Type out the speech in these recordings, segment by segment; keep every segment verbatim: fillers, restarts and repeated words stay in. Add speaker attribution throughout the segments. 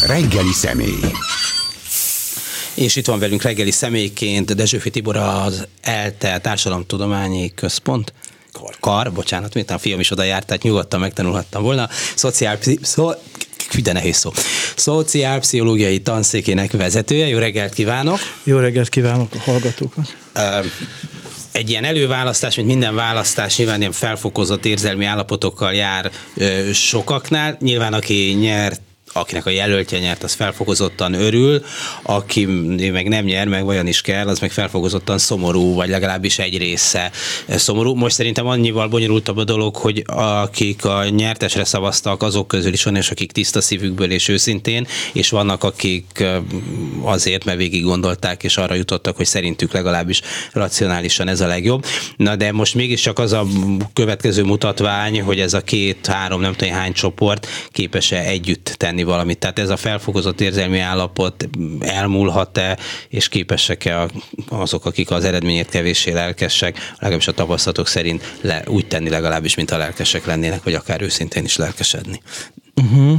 Speaker 1: Reggeli személy.
Speaker 2: És itt van velünk reggeli személyként Dezsőfi Tibor, az ELTE Társadalomtudományi Központ. Kar. Kar, bocsánat, miután a fiam is oda járt, tehát nyugodtan megtanulhattam volna. Szociál... Szó... De nehéz szó. Szociálpszichológiai tanszékének vezetője. Jó reggelt kívánok!
Speaker 3: Jó reggelt kívánok a hallgatóknak!
Speaker 2: Egy ilyen előválasztás, mint minden választás, nyilván ilyen felfokozott érzelmi állapotokkal jár sokaknál. Nyilván aki nyert, akinek a jelöltje nyert, az felfokozottan örül, aki meg nem nyer, meg olyan is kell, az meg felfokozottan szomorú, vagy legalábbis egy része szomorú. Most szerintem annyival bonyolultabb a dolog, hogy akik a nyertesre szavaztak, azok közül is van, és akik tiszta szívükből és őszintén, és vannak, akik azért, mert végig gondolták, és arra jutottak, hogy szerintük legalábbis racionálisan ez a legjobb. Na de most mégiscsak az a következő mutatvány, hogy ez a két-három, nem tudom hány csoport képes-e együtt tenni valamit. Tehát ez a felfokozott érzelmi állapot elmúlhat-e, és képesek-e azok, akik az eredményért kevéssé lelkesek, legalábbis a tapasztalatok szerint le, úgy tenni legalábbis, mint a lelkesek lennének, vagy akár őszintén is lelkesedni.
Speaker 3: Uh-huh.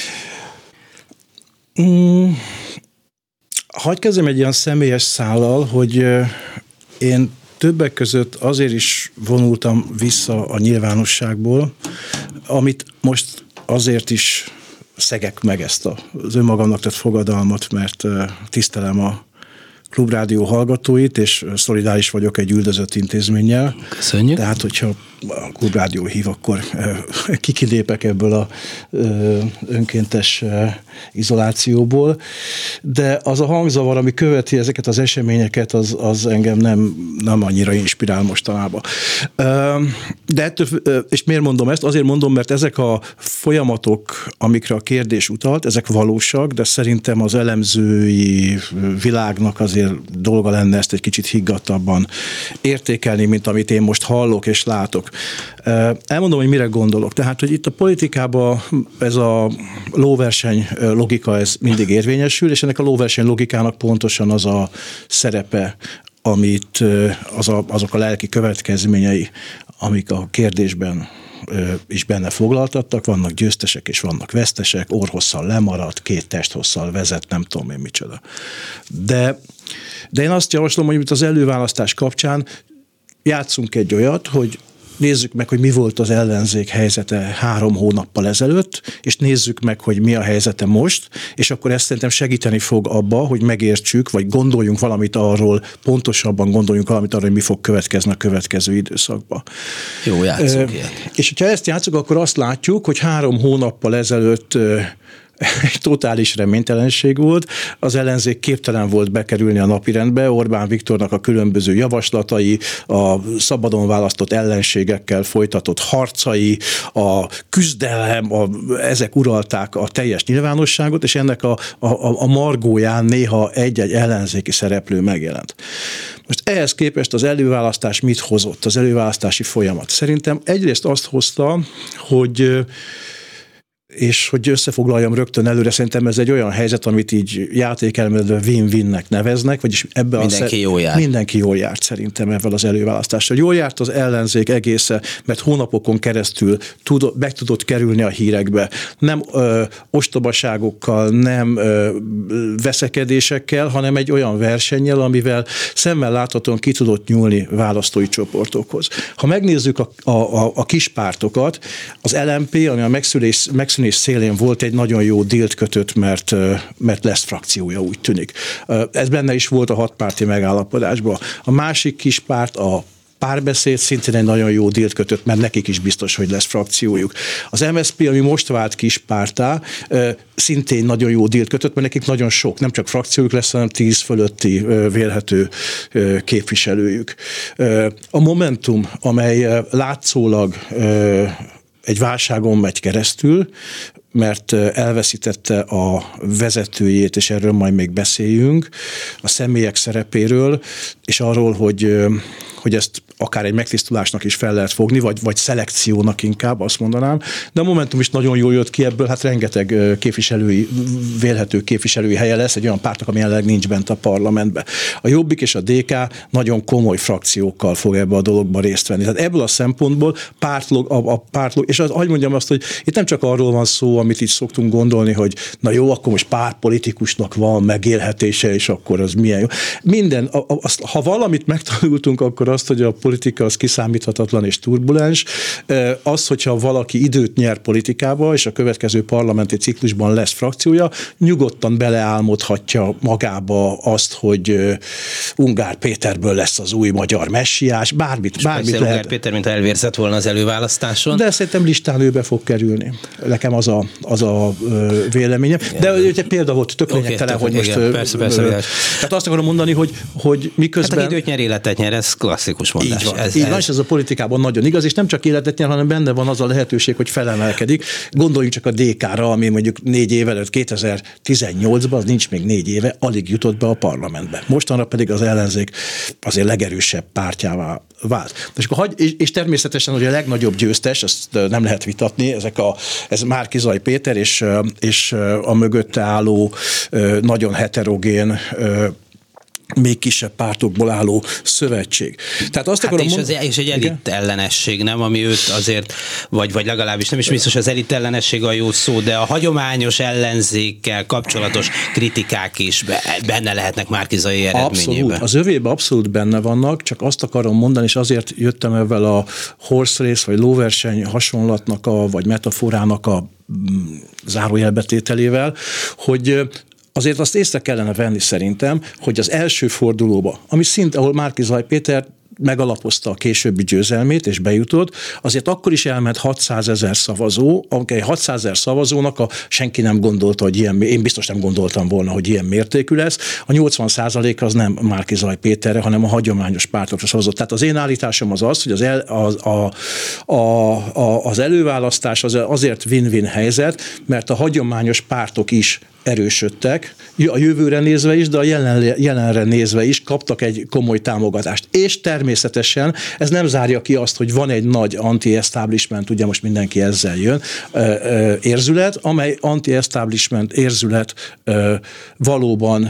Speaker 3: Mm. Hadd kezdem egy ilyen személyes szállal, hogy én többek között azért is vonultam vissza a nyilvánosságból, amit most azért is szegek meg ezt az önmagamnak tett fogadalmat, mert tisztelem a Klubrádió hallgatóit, és szolidáris vagyok egy üldözött intézménnyel.
Speaker 2: Köszönjük.
Speaker 3: Tehát, hogyha a Klubrádió hív, akkor kikilépek ebből a önkéntes izolációból. De az a hangzavar, ami követi ezeket az eseményeket, az, az engem nem, nem annyira inspirál mostanában. De ettől, és miért mondom ezt? Azért mondom, mert ezek a folyamatok, amikre a kérdés utalt, ezek valósak, de szerintem az elemzői világnak azért dolga lenne ezt egy kicsit higgadtabban értékelni, mint amit én most hallok és látok. Elmondom, hogy mire gondolok. Tehát, hogy itt a politikában ez a lóverseny logika, ez mindig érvényesül, és ennek a lóverseny logikának pontosan az a szerepe, amit az a, azok a lelki következményei, amik a kérdésben is benne foglaltattak, vannak győztesek és vannak vesztesek, orrhosszal lemaradt, két testhosszal vezet, nem tudom én micsoda. De, de én azt javaslom, hogy itt az előválasztás kapcsán játsszunk egy olyat, hogy nézzük meg, hogy mi volt az ellenzék helyzete három hónappal ezelőtt, és nézzük meg, hogy mi a helyzete most, és akkor ezt szerintem segíteni fog abba, hogy megértsük, vagy gondoljunk valamit arról, pontosabban gondoljunk valamit arról, hogy mi fog következni a következő időszakban.
Speaker 2: Jó, játszunk
Speaker 3: e, És hogyha ezt játszunk, akkor azt látjuk, hogy három hónappal ezelőtt egy totális reménytelenség volt, az ellenzék képtelen volt bekerülni a napirendbe, Orbán Viktornak a különböző javaslatai, a szabadon választott ellenségekkel folytatott harcai, a küzdelem, a, ezek uralták a teljes nyilvánosságot, és ennek a, a, a margóján néha egy-egy ellenzéki szereplő megjelent. Most ehhez képest az előválasztás mit hozott, az előválasztási folyamat? Szerintem egyrészt azt hozta, hogy és hogy összefoglaljam rögtön előre, szerintem ez egy olyan helyzet, amit így játékelmedve win-winnek neveznek, vagyis ebbe
Speaker 2: mindenki
Speaker 3: a
Speaker 2: jól járt.
Speaker 3: Mindenki jól járt szerintem ebben az előválasztással. Jól járt az ellenzék egészen, mert hónapokon keresztül tud, meg tudott kerülni a hírekbe. Nem ö, ostobaságokkal, nem ö, veszekedésekkel, hanem egy olyan versennyel, amivel szemmel láthatóan ki tudott nyúlni választói csoportokhoz. Ha megnézzük a, a, a, a kispártokat, az el em pé, ami a megszűnés, megszűnés szélén volt, egy nagyon jó dílt kötött, mert, mert lesz frakciója, úgy tűnik. Ez benne is volt a hatpárti megállapodásban. A másik kis párt, a Párbeszéd szintén egy nagyon jó dílt kötött, mert nekik is biztos, hogy lesz frakciójuk. Az em es zé pé, ami most vált kis párttá, szintén nagyon jó dílt kötött, mert nekik nagyon sok, nem csak frakciójuk lesz, hanem tíz fölötti vélhető képviselőjük. A Momentum, amely látszólag egy válságon megy keresztül, mert elveszítette a vezetőjét, és erről majd még beszéljünk, a személyek szerepéről, és arról, hogy, hogy ezt akár egy megtisztulásnak is fel lehet fogni, vagy, vagy szelekciónak inkább, azt mondanám. De a Momentum is nagyon jól jött ki ebből, hát rengeteg képviselői, vélhető képviselői helye lesz egy olyan pártnak, ami jelenleg nincs bent a parlamentbe. A Jobbik és a dé ká nagyon komoly frakciókkal fog ebbe a dologba részt venni. Tehát ebből a szempontból pártlog, a, a pártlog, és az, hogy mondjam azt, hogy itt nem csak arról van szó, amit így szoktunk gondolni, hogy na jó, akkor most pártpolitikusnak van megélhetése, és akkor az milyen jó. Minden, a, a, azt, ha valamit megtanultunk, akkor azt, hogy a politika az kiszámíthatatlan és turbulens. Az, hogyha valaki időt nyer politikába, és a következő parlamenti ciklusban lesz frakciója, nyugodtan beleálmodhatja magába azt, hogy Ungár Péterből lesz az új magyar messiás, bármit, bármit lehet.
Speaker 2: Ungár Péter, mint elvérzett volna az előválasztáson.
Speaker 3: De szerintem listán ő be fog kerülni. Nekem az a, az a véleményem. De ugye példa volt, tök lényegtelen, okay, hogy most...
Speaker 2: Igen, persze, persze,
Speaker 3: tehát azt akarom mondani, hogy, hogy miközben...
Speaker 2: Hát, aki időt nyer, életet nyer, ez klasszikus mondás.
Speaker 3: Így van,
Speaker 2: ez,
Speaker 3: így
Speaker 2: ez...
Speaker 3: van, és ez a politikában nagyon igaz, és nem csak életet nyer, hanem benne van az a lehetőség, hogy felemelkedik. Gondoljunk csak a dé ká-ra, ami mondjuk négy éve előtt, kétezer-tizennyolcban, az nincs még négy éve, alig jutott be a parlamentbe. Mostanra pedig az ellenzék azért legerősebb pártjává vált. És, akkor hagy, és, és természetesen, hogy a legnagyobb győztes, ezt nem lehet vitatni, ezek a, ez Márki-Zay Péter, és, és a mögötte álló nagyon heterogén, még kisebb pártokból álló szövetség. Tehát azt
Speaker 2: hát
Speaker 3: akarom
Speaker 2: és,
Speaker 3: mond...
Speaker 2: az, és egy elit ellenesség, nem? Ami őt azért, vagy, vagy legalábbis nem is biztos az elit ellenesség a jó szó, de a hagyományos ellenzékkel kapcsolatos kritikák is benne lehetnek Márki-Zay eredményében.
Speaker 3: Abszolút. Az övében abszolút benne vannak, csak azt akarom mondani, és azért jöttem ezzel a horse race, vagy lóverseny hasonlatnak, a, vagy metaforának a zárójelbetételével, hogy azért azt észre kellene venni szerintem, hogy az első fordulóba, ami szint, ahol Márki-Zay Péter megalapozta a későbbi győzelmét, és bejutott, azért akkor is elment hatszázezer szavazó, amely hatszázezer szavazónak a, senki nem gondolta, hogy ilyen, én biztos nem gondoltam volna, hogy ilyen mértékű lesz. A nyolcvan százalék az nem Márki-Zay Péterre, hanem a hagyományos pártokra szavazott. Tehát az én állításom az az, hogy az, el, az, a, a, a, az előválasztás az azért win-win helyzet, mert a hagyományos pártok is erősödtek, a jövőre nézve is, de a jelen, jelenre nézve is kaptak egy komoly támogatást. És természetesen ez nem zárja ki azt, hogy van egy nagy anti-establishment, ugye most mindenki ezzel jön, érzület, amely anti-establishment érzület valóban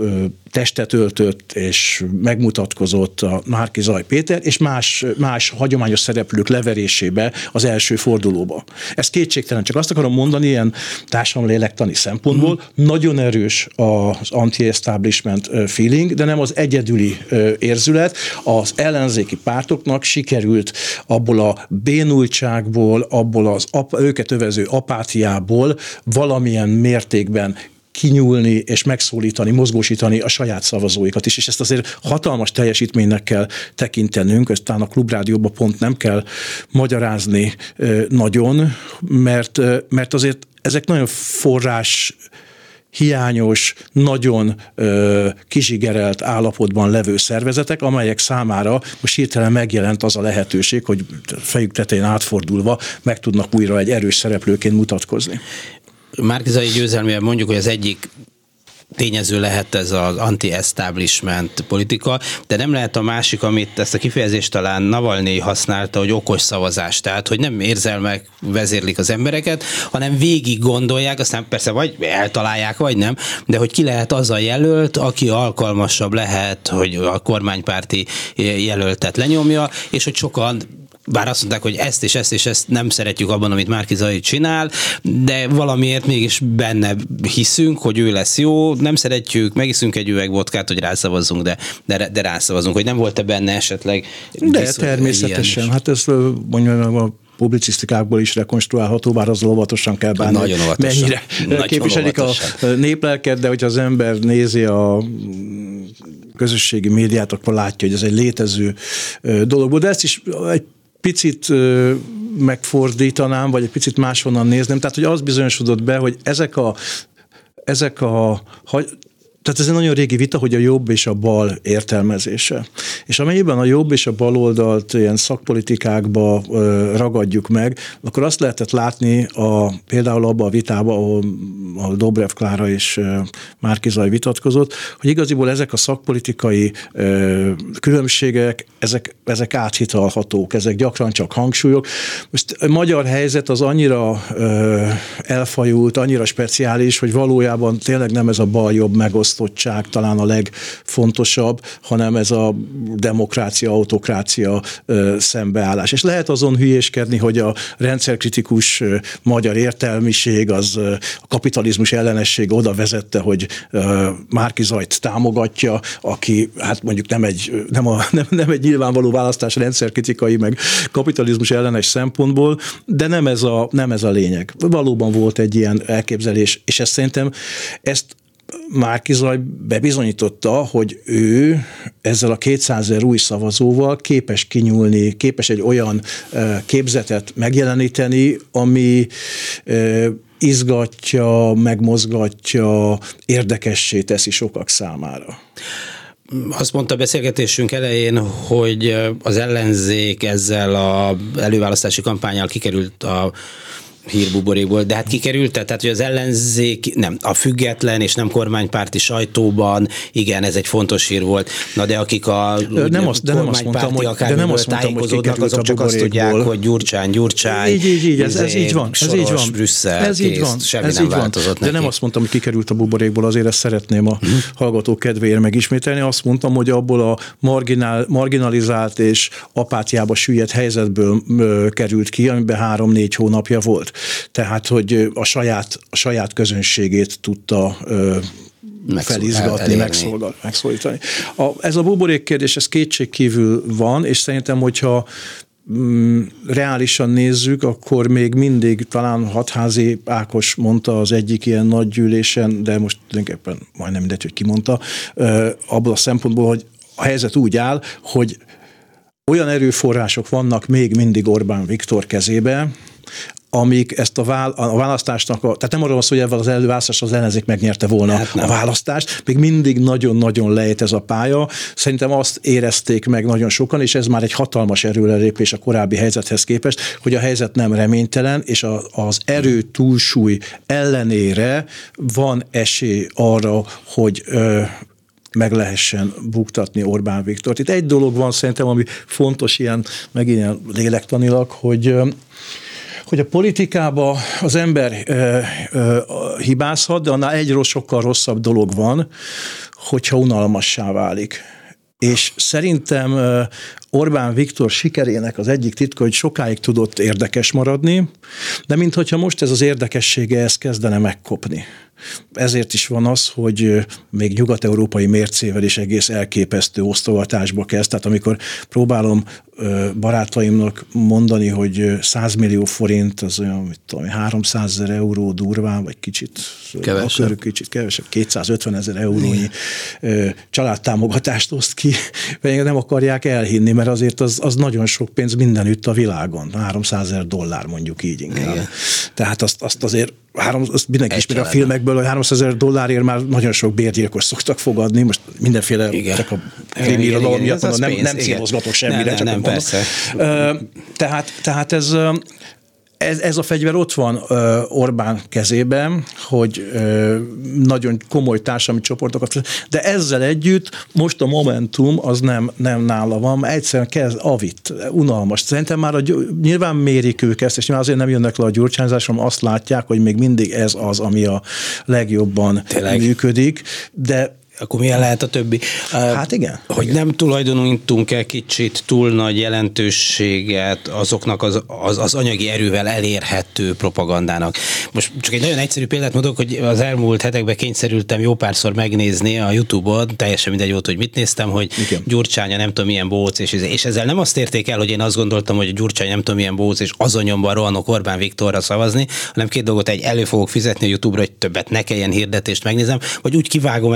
Speaker 3: testet öltött és megmutatkozott a Márki-Zay Péter, és más, más hagyományos szereplők leverésébe az első fordulóba. Ez kétségtelen, csak azt akarom mondani ilyen társadalomlélektani szempontból, mm. nagyon erős az anti-establishment feeling, de nem az egyedüli érzület. Az ellenzéki pártoknak sikerült abból a bénultságból, abból az ap- őket övező apátiából valamilyen mértékben kinyúlni és megszólítani, mozgósítani a saját szavazóikat is, és ezt azért hatalmas teljesítménynek kell tekintenünk, ezt talán a Klubrádióban pont nem kell magyarázni nagyon, mert, mert azért ezek nagyon forrás hiányos, nagyon ö, kizsigerelt állapotban levő szervezetek, amelyek számára most hirtelen megjelent az a lehetőség, hogy fejük tetején átfordulva meg tudnak újra egy erős szereplőként mutatkozni.
Speaker 2: Márki-Zay győzelmével mondjuk, hogy az egyik tényező lehet ez az anti-establishment politika, de nem lehet a másik, amit ezt a kifejezést talán Navalnyi használta, hogy okos szavazás. Tehát, hogy nem érzelmek vezérlik az embereket, hanem végig gondolják, aztán persze vagy eltalálják, vagy nem, de hogy ki lehet az a jelölt, aki alkalmasabb lehet, hogy a kormánypárti jelöltet lenyomja, és hogy sokan bár azt mondták, hogy ezt és ezt és ezt nem szeretjük abban, amit Márki-Zay csinál, de valamiért mégis benne hiszünk, hogy ő lesz jó, nem szeretjük, megiszünk egy üveg vodkát, hogy rászavazzunk, de, de, de rászavazunk, hogy nem volt-e benne esetleg?
Speaker 3: De viszont, természetesen, hát ez mondjuk a publicisztikákból is rekonstruálható, bár azzal óvatosan kell bánni.
Speaker 2: Nagyon óvatosan.
Speaker 3: Mennyire Nagyon képviselik óvatosan. A néplelket, de hogyha az ember nézi a közösségi médiát, akkor látja, hogy ez egy létező dolog. De ezt is egy picit megfordítanám, vagy egy picit máshonnan nézném. Tehát, hogy az bizonyosodott be, hogy ezek a, ezek a tehát ez egy nagyon régi vita, hogy a jobb és a bal értelmezése. És amennyiben a jobb és a bal oldalt ilyen szakpolitikákba ragadjuk meg, akkor azt lehetett látni a, például abban a vitában, ahol, ahol Dobrev Klára és Márki Zaj vitatkozott, hogy igaziból ezek a szakpolitikai különbségek, ezek, ezek áthitalhatók, ezek gyakran csak hangsúlyok. Most a magyar helyzet az annyira elfajult, annyira speciális, hogy valójában tényleg nem ez a bal-jobb megosztottság talán a legfontosabb, hanem ez a demokrácia, autokrácia szembeállás. És lehet azon hülyéskedni, hogy a rendszerkritikus magyar értelmiség, az a kapitalizmus ellenesség oda vezette, hogy Márki Zajt támogatja, aki hát mondjuk nem egy, nem, a, nem, nem egy nyilvánvaló választás rendszerkritikai, meg kapitalizmus ellenes szempontból, de nem ez a, nem ez a lényeg. Valóban volt egy ilyen elképzelés, és ezt szerintem ezt Márki Zaj bebizonyította, hogy ő ezzel a kétszázezer új szavazóval képes kinyúlni, képes egy olyan képzetet megjeleníteni, ami izgatja, megmozgatja, érdekessé teszi sokak számára.
Speaker 2: Azt mondta a beszélgetésünk elején, hogy az ellenzék ezzel az előválasztási kampánnyal kikerült a hírbuborékból, de hát kikerült, tehát hogy az ellenzék, nem, a független és nem kormánypárti sajtóban, igen, ez egy fontos hír volt, na de akik a
Speaker 3: nem azt, de nem azt mondtam, hogy, de nem azt mondtam, hogy kikerült
Speaker 2: azok csak azt tudják, hogy Gyurcsány, Gyurcsány,
Speaker 3: így, így, így, ez, ez így van, ez így van,
Speaker 2: Brüsszel,
Speaker 3: ez így van,
Speaker 2: semmi
Speaker 3: ez
Speaker 2: nem
Speaker 3: így van.
Speaker 2: változott
Speaker 3: De
Speaker 2: neki.
Speaker 3: nem azt mondtam, hogy kikerült a buborékból, azért ezt szeretném a hmm. hallgatók kedvéért megismételni, azt mondtam, hogy abból a marginál, marginalizált és apátiába süllyedt helyzetből ö, került ki, amiben három-négy hónapja volt. Tehát, hogy a saját, a saját közönségét tudta ö, felizgatni, megszólítani. megszólítani. A, ez a buborék kérdés, ez kétségkívül van, és szerintem, hogyha mm, reálisan nézzük, akkor még mindig talán Hatházi Ákos mondta az egyik ilyen nagy gyűlésen, de most tulajdonképpen majdnem mindegy, hogy ki mondta, ö, abból a szempontból, hogy a helyzet úgy áll, hogy olyan erőforrások vannak még mindig Orbán Viktor kezébe, amik ezt a, vála- a választásnak, a, tehát nem arról van szó, hogy ebben az előválasztás az ellenzék megnyerte volna hát a választást, még mindig nagyon-nagyon lejt ez a pálya. Szerintem azt érezték meg nagyon sokan, és ez már egy hatalmas erőrelépés a korábbi helyzethez képest, hogy a helyzet nem reménytelen, és a, az erő túlsúly ellenére van esély arra, hogy ö, meg lehessen buktatni Orbán Viktort. Itt egy dolog van szerintem, ami fontos ilyen, megint ilyen lélektanilag, hogy hogy a politikában az ember ö, ö, hibázhat, de annál egy rossz, sokkal rosszabb dolog van, hogyha unalmassá válik. És szerintem Orbán Viktor sikerének az egyik titka, hogy sokáig tudott érdekes maradni, de minthogyha most ez az érdekessége ez kezdene megkopni. Ezért is van az, hogy még nyugat-európai mércével is egész elképesztő osztogatásba kezd. Tehát amikor próbálom barátaimnak mondani, hogy száz millió forint az olyan, mit tudom, háromszázezer euró durván, vagy kicsit kevesebb, kicsit kevesebb, kétszázötvenezer eurónyi családtámogatást oszt ki, pedig nem akarják elhinni, mert azért az, az nagyon sok pénz mindenütt a világon. háromszázezer dollár mondjuk így inkább. Igen. Tehát azt, azt azért Három, azt mindenki ismeri a filmekből, hogy háromszázezer dollárért már nagyon sok bérgyilkos szoktak fogadni, most mindenféle, igen. csak a krimi irodalom miatt mondom, nem, nem célozgatok semmire, nem, csak nem, nem, persze. Tehát, tehát ez... Ez, ez a fegyver ott van uh, Orbán kezében, hogy uh, nagyon komoly társadalmi csoportokat, de ezzel együtt most a Momentum az nem, nem nála van, mert egyszerűen kezd avit, unalmas. Szerintem már a, nyilván mérik ők ezt, és nyilván azért nem jönnek le a gyurcsányzásra, azt látják, hogy még mindig ez az, ami a legjobban Tényleg. működik, de
Speaker 2: akkor milyen lehet a többi?
Speaker 3: Hát igen.
Speaker 2: Hogy
Speaker 3: igen.
Speaker 2: nem tulajdonítunk el kicsit túl nagy jelentőséget azoknak az, az, az anyagi erővel elérhető propagandának. Most csak egy nagyon egyszerű példát mondok, hogy az elmúlt hetekben kényszerültem jó párszor megnézni a YouTube-on, teljesen mindegy volt, hogy mit néztem, hogy igen. Gyurcsánya nem tudom milyen bóc, és, és ezzel nem azt érték el, hogy én azt gondoltam, hogy a Gyurcsány nem tudom milyen bóc, és azon nyomban rohanok Orbán Viktorra szavazni, hanem két dolgot, egy elő fogok fizetni a YouTube-ra, hogy többet ne kelljen hirdetést megnézem, vagy úgy kivágom ezt az eszközt,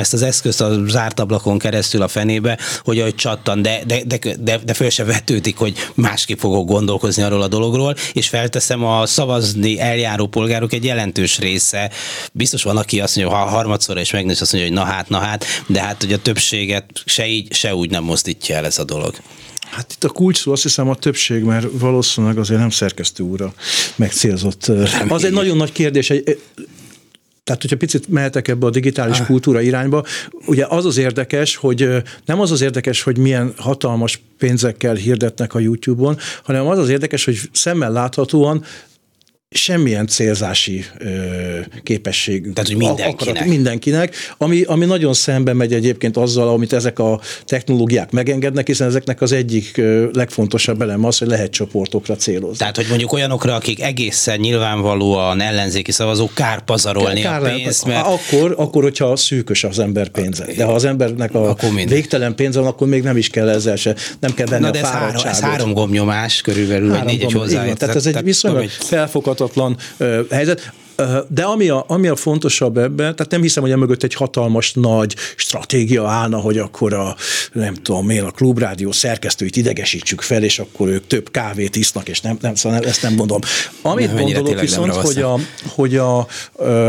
Speaker 2: eszközt a zárt ablakon keresztül a fenébe, hogy ahogy csattan, de, de, de, de, de föl se vetődik, hogy másképp fogok gondolkozni arról a dologról, és felteszem, a szavazni eljáró polgárok egy jelentős része. Biztos van, aki azt mondja, ha harmadszorra is megnéz, azt mondja, hogy na hát, na hát, de hát, hogy a többséget se így, se úgy nem mozdítja el ez a dolog.
Speaker 3: Hát itt a kulcs szó, azt hiszem a többség, mert valószínűleg azért nem szerkesztő úrra megcélzott. Remény. Az egy nagyon nagy kérdés. Tehát, hogyha picit mehetek ebbe a digitális kultúra irányba, ugye az az érdekes, hogy nem az az érdekes, hogy milyen hatalmas pénzekkel hirdetnek a YouTube-on, hanem az az érdekes, hogy szemmel láthatóan semmilyen célzási ö, képesség.
Speaker 2: Tehát, hogy mindenkinek.
Speaker 3: Akarat, mindenkinek, ami, ami nagyon szembe megy egyébként azzal, amit ezek a technológiák megengednek, hiszen ezeknek az egyik ö, legfontosabb eleme az, hogy lehet csoportokra célozni.
Speaker 2: Tehát, hogy mondjuk olyanokra, akik egészen nyilvánvalóan ellenzéki szavazók, kár pazarolni kár, a pénzt, mert...
Speaker 3: Akkor, akkor, hogyha szűkös az ember pénze. De ha az embernek a végtelen pénze van, akkor még nem is kell ezzel se, nem kell venni. Na, a fáradtságot. Ez három gombnyomás körülbelül, három vagy négy egy hozzá. Tehát ez egy viszonylag felfogható uh, helyzet. De ami a, ami a fontosabb ebben, tehát nem hiszem, hogy emögött egy hatalmas nagy stratégia állna, hogy akkor a, nem tudom én, a Klubrádió szerkesztőit idegesítsük fel, és akkor ők több kávét isznak, és nem, nem, szóval ezt nem gondolom. Amit nem, gondolok viszont, hogy a, hogy a, a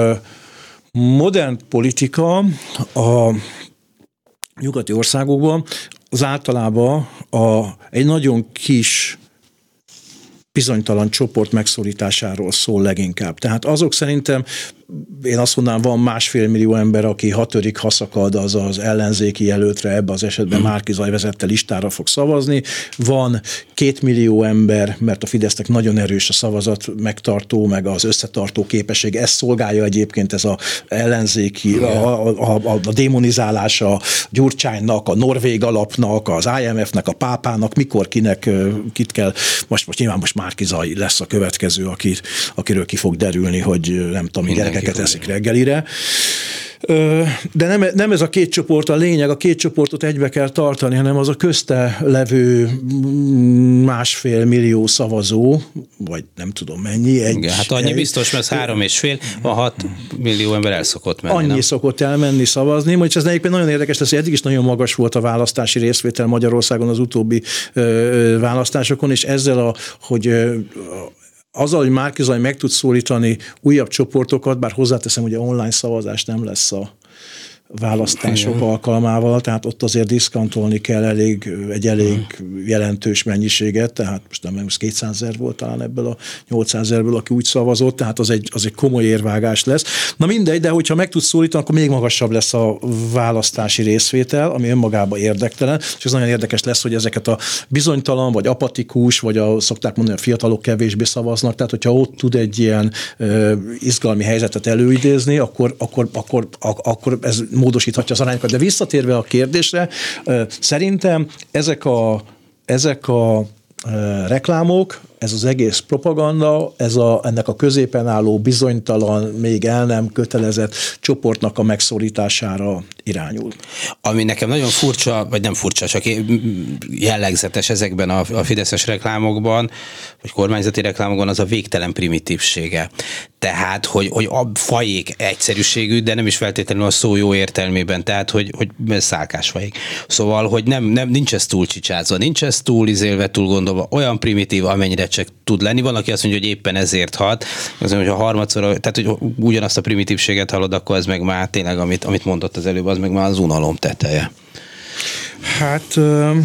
Speaker 3: modern politika a nyugati országokban az általában a, egy nagyon kis bizonytalan csoport megszorításáról szól leginkább. Tehát azok szerintem, én azt mondanám, van másfél millió ember, aki hatodik haszakad, az az ellenzéki jelöltre, ebben az esetben Márki Zaj vezette listára fog szavazni. Van két millió ember, mert a Fidesznek nagyon erős a szavazat megtartó, meg az összetartó képesség. Ez szolgálja egyébként ez az ellenzéki, a, a, a, a démonizálás a Gyurcsánynak, a Norvég alapnak, az I M F-nek, a pápának, mikor kinek, kit kell, most, most nyilván most Márki Zaj lesz a következő, aki, akiről ki fog derülni, hogy nem tudom, gyerekeket eszik reggelire. De nem, nem ez a két csoport a lényeg, a két csoportot egybe kell tartani, hanem az a közte levő másfél millió szavazó, vagy nem tudom mennyi. Egy,
Speaker 2: igen, hát annyi egy, biztos, mert három és fél, a hat millió ember el szokott menni.
Speaker 3: Annyi
Speaker 2: nem?
Speaker 3: szokott elmenni szavazni, és ez egyébként nagyon érdekes lesz, hogy eddig is nagyon magas volt a választási részvétel Magyarországon az utóbbi ö, választásokon, és ezzel, a, hogy ö, azzal, hogy Márki Zaj meg tud szólítani újabb csoportokat, bár hozzáteszem, hogy online szavazás nem lesz a választások igen. alkalmával, tehát ott azért diszkantolni kell elég, egy elég jelentős mennyiséget, tehát most nem most kétszázezer volt talán ebből a nyolcszázezerből, aki úgy szavazott, tehát az egy, az egy komoly érvágás lesz. Na mindegy, de hogyha meg tudsz szólítani, akkor még magasabb lesz a választási részvétel, ami önmagában érdektelen, és ez nagyon érdekes lesz, hogy ezeket a bizonytalan, vagy apatikus, vagy a, szokták mondani, a fiatalok kevésbé szavaznak, tehát hogyha ott tud egy ilyen uh, izgalmi helyzetet előidézni, akkor, akkor, akkor, akkor ez módosíthatja az arányokat. De visszatérve a kérdésre, szerintem ezek a, ezek a reklámok, ez az egész propaganda, ez a, ennek a középen álló bizonytalan, még el nem kötelezett csoportnak a megszorítására irányul.
Speaker 2: Ami nekem nagyon furcsa, vagy nem furcsa, csak jellegzetes ezekben a, a fideszes reklámokban, vagy kormányzati reklámokban, az a végtelen primitívsége. Tehát, hogy, hogy a fajék egyszerűségű, de nem is feltétlenül a szó jó értelmében, tehát, hogy, hogy szálkás fajék. Szóval, hogy nem, nem, nincs ez túl csicsázva, nincs ez túl izélve, túl gondolva, olyan primitív, amennyire csak tud lenni. Van, aki azt mondja, hogy éppen ezért hat, az, hogy a harmadszor, tehát, hogy ugyanazt a primitívséget hallod, akkor ez meg már tényleg, amit, amit mondott az előbb, az meg már az unalom teteje.
Speaker 3: Hát... Uh...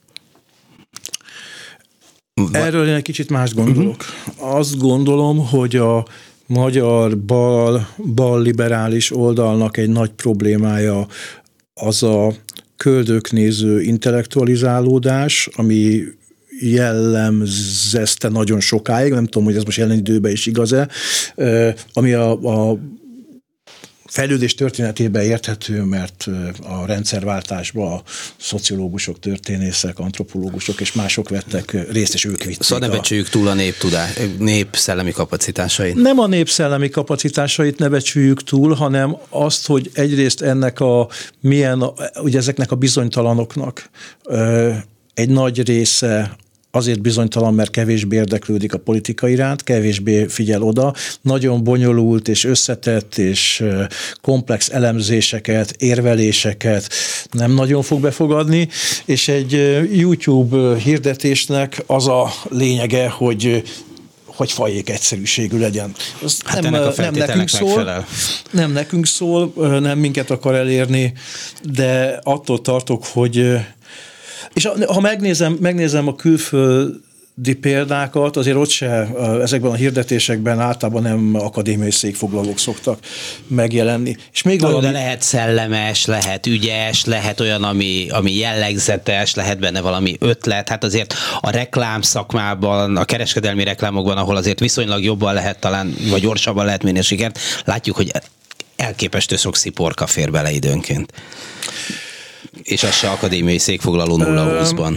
Speaker 3: Erről én egy kicsit más gondolok. Uh-huh. Azt gondolom, hogy a magyar bal, bal liberális oldalnak egy nagy problémája az a köldöknéző intellektualizálódás, ami jellemzezte nagyon sokáig, nem tudom, hogy ez most jelen időben is igaz-e, ami a, a fejlődés történetében érthető, mert a rendszerváltásban a szociológusok, történészek, antropológusok és mások vettek részt, és ők vitték.
Speaker 2: Szóval ne becsüljük túl a néptudás, népszellemi kapacitásait.
Speaker 3: Nem a népszellemi kapacitásait ne becsüljük túl, hanem azt, hogy egyrészt ennek a milyen, ugye ezeknek a bizonytalanoknak egy nagy része azért bizonytalan, mert kevésbé érdeklődik a politika iránt, kevésbé figyel oda, nagyon bonyolult és összetett és komplex elemzéseket, érveléseket nem nagyon fog befogadni, és egy YouTube hirdetésnek az a lényege, hogy hogy fajék egyszerűségű legyen. Az
Speaker 2: hát
Speaker 3: nem,
Speaker 2: ennek a
Speaker 3: nem nekünk szól, nem nekünk szól, nem minket akar elérni, de attól tartok, hogy és ha megnézem, megnézem a külföldi példákat, azért ott se, ezekben a hirdetésekben általában nem akadémiai székfoglalók szoktak megjelenni. És még
Speaker 2: valami...
Speaker 3: valami...
Speaker 2: De lehet szellemes, lehet ügyes, lehet olyan, ami, ami jellegzetes, lehet benne valami ötlet. Hát azért a reklám szakmában, a kereskedelmi reklámokban, ahol azért viszonylag jobban lehet talán, vagy gyorsabban lehet mérni a sikert, látjuk, hogy elképesztő sok sziporka fér bele időnként. És az se akadémiai székfoglaló nulla húszban.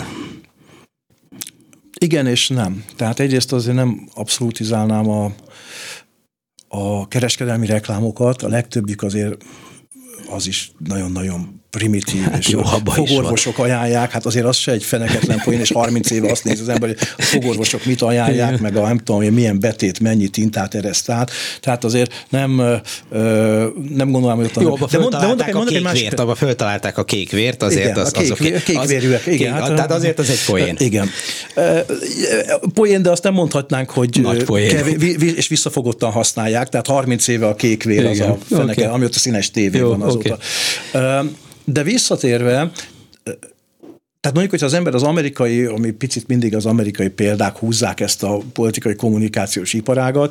Speaker 3: Igen és nem. Tehát egyrészt azért nem abszolutizálnám a, a kereskedelmi reklámokat, a legtöbbjük azért az is nagyon-nagyon primitív, hát és jó, fogorvosok ajánlják, hát azért az se egy feneketlen poén, és harminc éve azt néz az ember, hogy a fogorvosok mit ajánlják, igen. meg a nem tudom, milyen betét, mennyi tintát ereszt át. Tehát azért nem, ö, nem gondolom, hogy ott...
Speaker 2: Jó, abba föltalálták a kék vért, abba föltalálták a kék vért, azért
Speaker 3: igen,
Speaker 2: az,
Speaker 3: a kék, azok... kékvérűek, igen.
Speaker 2: Kék, hát, tehát azért az egy poén.
Speaker 3: Igen. Poén, de azt nem mondhatnánk, hogy
Speaker 2: kevés,
Speaker 3: és visszafogottan használják, tehát harminc éve a kékvér az a feneke, okay. ami ott a színes tévé van azóta. Okay. De visszatérve, tehát mondjuk, hogyha az ember az amerikai, ami picit mindig az amerikai példák húzzák ezt a politikai kommunikációs iparágat,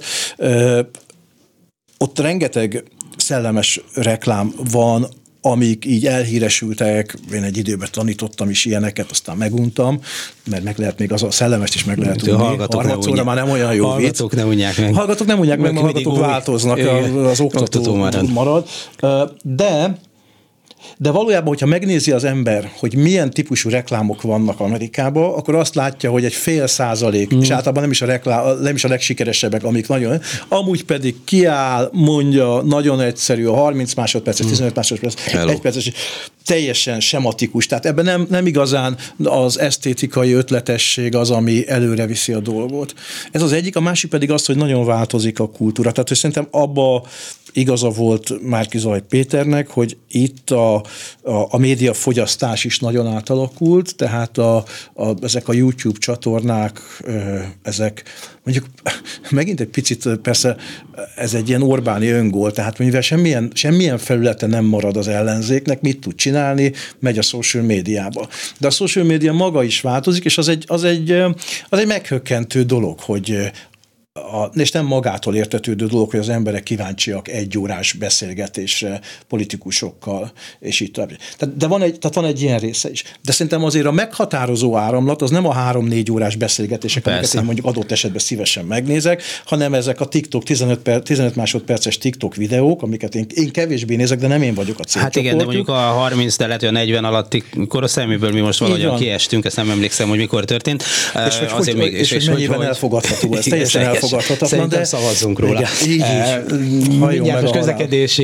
Speaker 3: ott rengeteg szellemes reklám van, amik így elhíresültek, én egy időben tanítottam is ilyeneket, aztán meguntam, mert meg lehet még az a szellemest is meg lehet tudni. Harmadszorra már nem olyan jó
Speaker 2: hallgatók
Speaker 3: vicc.
Speaker 2: nem unják meg.
Speaker 3: Hallgatók nem unják meg, mert hallgatók változnak, igen. az oktató, oktató marad. marad. De De valójában, hogyha megnézi az ember, hogy milyen típusú reklámok vannak Amerikában, akkor azt látja, hogy egy fél százalék, mm. és általában nem is, a reklám, nem is a legsikeresebbek, amik nagyon, amúgy pedig kiáll, mondja, nagyon egyszerű, a harminc másodperces, tizenöt másodperces, egy perces, teljesen sematikus. Tehát ebben nem, nem igazán az esztétikai ötletesség az, ami előre viszi a dolgot. Ez az egyik, a másik pedig az, hogy nagyon változik a kultúra. Tehát, hogy szerintem abba igaza volt Márki-Zay Péternek, hogy itt a, a, a médiafogyasztás is nagyon átalakult, tehát a, a, ezek a YouTube csatornák, ezek mondjuk megint egy picit persze ez egy ilyen Orbáni öngól, tehát mivel semmilyen, semmilyen felülete nem marad az ellenzéknek, mit tud csinálni, megy a social médiába. De a social média maga is változik, és az egy, az egy, az egy meghökkentő dolog, hogy A, és nem magától értetődő dolog, hogy az emberek kíváncsiak egy órás beszélgetésre politikusokkal, és így tovább. Tehát, de van egy, tehát van egy ilyen része is. De szerintem azért a meghatározó áramlat az nem a három-négy órás beszélgetések, Persze. amiket én mondjuk adott esetben szívesen megnézek, hanem ezek a TikTok, tizenöt, per, tizenöt másodperces TikTok videók, amiket én, én kevésbé nézek, de nem én vagyok a célcsoportjuk. Hát
Speaker 2: igen, de mondjuk a harminc, de lehet, hogy a negyven alatti korosztályból mi most valahogyan kiestünk, ezt nem emlékszem, hogy mikor történt.
Speaker 3: És hogy, hogy, még, és, és, és mennyiben hogy, elfogadható, ez teljesen elfogadható.
Speaker 2: Szerintem
Speaker 3: de...
Speaker 2: szavazzunk róla.
Speaker 3: Igen, így is.
Speaker 2: Mindjárt most közlekedési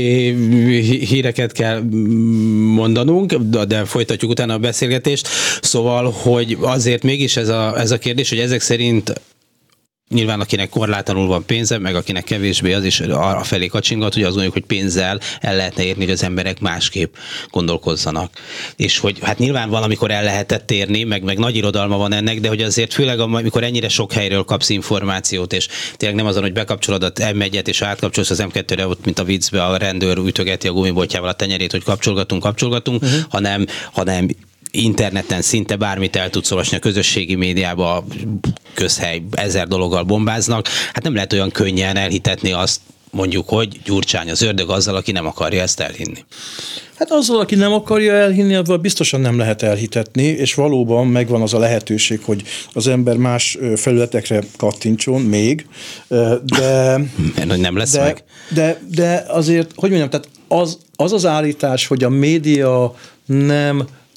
Speaker 2: híreket kell mondanunk, de folytatjuk utána a beszélgetést. Szóval, hogy azért mégis ez a, ez a kérdés, hogy ezek szerint nyilván akinek korlátlanul van pénze, meg akinek kevésbé, az is arra felé kacsingat, hogy azt mondjuk, hogy pénzzel el lehetne érni, hogy az emberek másképp gondolkozzanak. És hogy hát nyilván valamikor el lehetett érni, meg, meg nagy irodalma van ennek, de hogy azért főleg amikor ennyire sok helyről kapsz információt, és tényleg nem azon, hogy bekapcsolod az em egyet, és átkapcsolsz az em kettőre, ott mint a viccbe a rendőr ütögeti a gumibotjával a tenyerét, hogy kapcsolgatunk, kapcsolgatunk, uh-huh. hanem, hanem interneten szinte bármit el tudsz olvasni, a közösségi médiába közhely ezer dologgal bombáznak, hát nem lehet olyan könnyen elhitetni azt, mondjuk, hogy Gyurcsány az ördög azzal, aki nem akarja ezt elhinni.
Speaker 3: Hát azzal, aki nem akarja elhinni, abban biztosan nem lehet elhitetni, és valóban megvan az a lehetőség, hogy az ember más felületekre kattintson még, de...
Speaker 2: Mert hogy nem lesz
Speaker 3: de,
Speaker 2: meg.
Speaker 3: De, de azért, hogy mondjam, tehát az, az az állítás, hogy a média nem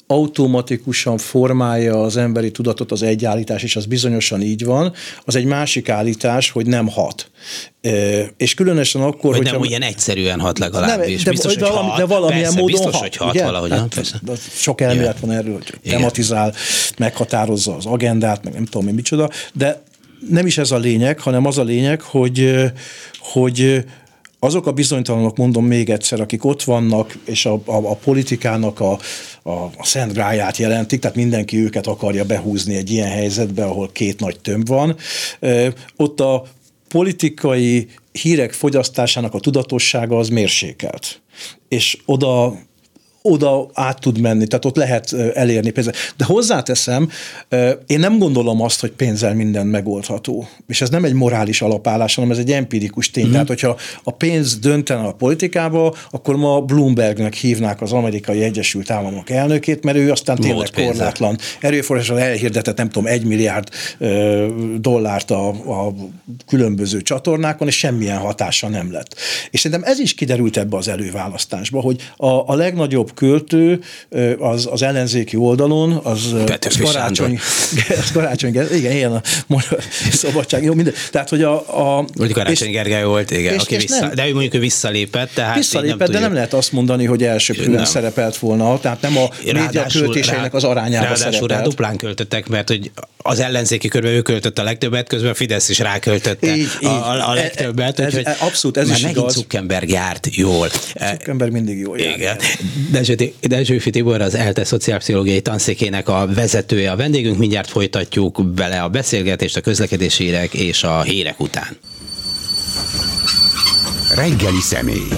Speaker 3: automatikusan formálja az emberi tudatot az egy állítás, és az bizonyosan így van, az egy másik állítás, hogy nem hat. E, és különösen akkor,
Speaker 2: hogy
Speaker 3: hogyha...
Speaker 2: nem olyan egyszerűen hat legalábbis.
Speaker 3: De,
Speaker 2: biztos,
Speaker 3: de,
Speaker 2: hogy
Speaker 3: valami,
Speaker 2: hat.
Speaker 3: de valamilyen
Speaker 2: Persze,
Speaker 3: módon
Speaker 2: biztos,
Speaker 3: hat.
Speaker 2: hogy hat
Speaker 3: ugye?
Speaker 2: valahogy.
Speaker 3: Hát, sok elmélet van erről, hogy igen. tematizál, meghatározza az agendát, meg nem tudom én micsoda, de nem is ez a lényeg, hanem az a lényeg, hogy, hogy azok a bizonytalanok, mondom még egyszer, akik ott vannak, és a, a, a politikának a, a, a szent gráját jelentik, tehát mindenki őket akarja behúzni egy ilyen helyzetbe, ahol két nagy tömb van, ott a politikai hírek fogyasztásának a tudatossága az mérsékelt. És oda oda át tud menni, tehát ott lehet elérni pénzzel. De hozzáteszem, én nem gondolom azt, hogy pénzzel minden megoldható. És ez nem egy morális alapállás, hanem ez egy empirikus tény. Mm-hmm. Tehát, hogyha a pénz döntene a politikába, akkor ma Bloombergnek hívnák az Amerikai Egyesült Államok elnökét, mert ő aztán tényleg korlátlan erőforrással elhirdetett, nem tudom, egy milliárd dollárt a, a különböző csatornákon, és semmilyen hatása nem lett. És szerintem ez is kiderült ebbe az előválasztásba, hogy a, a legnagyobb költő az, az ellenzéki oldalon, az, az karácsony, az karácsony, igen, ilyen a szabadság, jó, minden. Tehát, hogy a... a
Speaker 2: Vagy Karácsony Gergely volt, igen,
Speaker 3: és,
Speaker 2: aki
Speaker 3: és
Speaker 2: vissza,
Speaker 3: nem,
Speaker 2: de ő mondjuk ő visszalépett, tehát
Speaker 3: visszalépett,
Speaker 2: nem
Speaker 3: de nem lehet azt mondani, hogy elsőprően szerepelt volna, tehát nem a média költéseinek az arányába
Speaker 2: ráadásul
Speaker 3: szerepelt.
Speaker 2: Rá duplán költöttek, mert hogy az ellenzéki körben ő költött a legtöbbet, közben a Fidesz is ráköltötte
Speaker 3: így,
Speaker 2: a, a, a legtöbbet.
Speaker 3: Ez, ez, abszolút, ez is
Speaker 2: megint
Speaker 3: igaz.
Speaker 2: Zuckerberg járt jól.
Speaker 3: Zuckerberg mindig jól jár.
Speaker 2: Igen. Dezsőfi Tibor az ELTE szociálpszichológiai tanszékének a vezetője, a vendégünk. Mindjárt folytatjuk bele a beszélgetést a közlekedési hírek és a hírek után.
Speaker 1: Reggeli személy.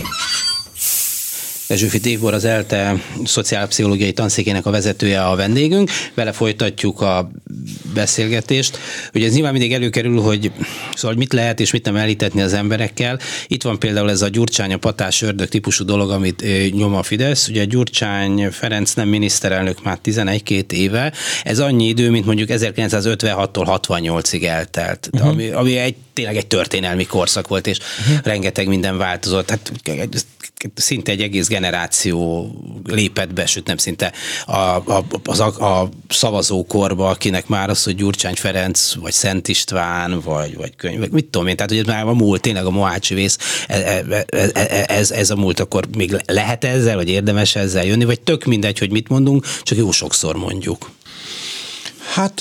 Speaker 2: Dezsőfi Tibor az ELTE szociálpszichológiai tanszékének a vezetője a vendégünk. Vele folytatjuk a beszélgetést. Ugye ez nyilván mindig előkerül, hogy szóval mit lehet és mit nem elhitetni az emberekkel. Itt van például ez a Gyurcsány, a patás ördög típusú dolog, amit nyom a Fidesz. Ugye Gyurcsány Ferenc nem miniszterelnök már tizenegy-két éve. Ez annyi idő, mint mondjuk ezerkilencszázötvenhattól hatvannyolcig eltelt. Uh-huh. Ami, ami egy, tényleg egy történelmi korszak volt, és uh-huh. rengeteg minden változott. Hát szinte egy egész generáció lépett be, sőt nem szinte a, a, a, a szavazókorba, akinek már az, hogy Gyurcsány Ferenc, vagy Szent István, vagy, vagy könyv, vagy mit tudom én, tehát hogy ez már a múlt, tényleg a Mohácsi vész, ez, ez, ez a múlt, akkor még lehet ezzel, vagy érdemes ezzel jönni, vagy tök mindegy, hogy mit mondunk, csak jó sokszor mondjuk.
Speaker 3: Hát